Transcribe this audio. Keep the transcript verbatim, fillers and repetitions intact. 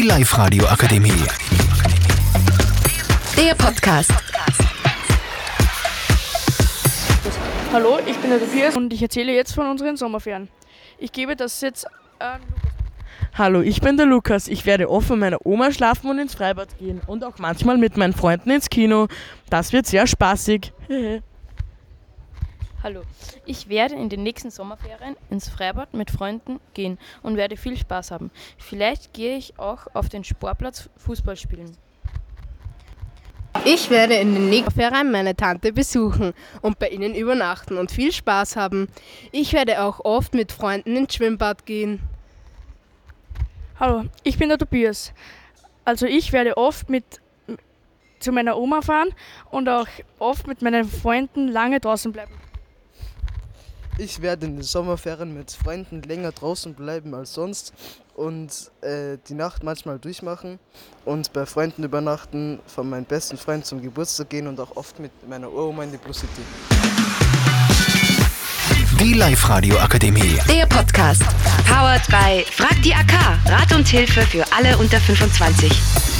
Die Live-Radio Akademie. Der Podcast. Hallo, ich bin der Tobias und ich erzähle jetzt von unseren Sommerferien. Ich gebe das jetzt an Lukas. Hallo, ich bin der Lukas. Ich werde oft mit meiner Oma schlafen und ins Freibad gehen und auch manchmal mit meinen Freunden ins Kino. Das wird sehr spaßig. Hallo, ich werde in den nächsten Sommerferien ins Freibad mit Freunden gehen und werde viel Spaß haben. Vielleicht gehe ich auch auf den Sportplatz Fußball spielen. Ich werde in den nächsten Ferien meine Tante besuchen und bei ihnen übernachten und viel Spaß haben. Ich werde auch oft mit Freunden ins Schwimmbad gehen. Hallo, ich bin der Tobias. Also ich werde oft mit zu meiner Oma fahren und auch oft mit meinen Freunden lange draußen bleiben. Ich werde in den Sommerferien mit Freunden länger draußen bleiben als sonst und äh, die Nacht manchmal durchmachen und bei Freunden übernachten, von meinem besten Freund zum Geburtstag gehen und auch oft mit meiner Uroma in die Plus City. Die Live-Radio Akademie. Der Podcast. Powered by Frag die A K. Rat und Hilfe für alle unter fünfundzwanzig.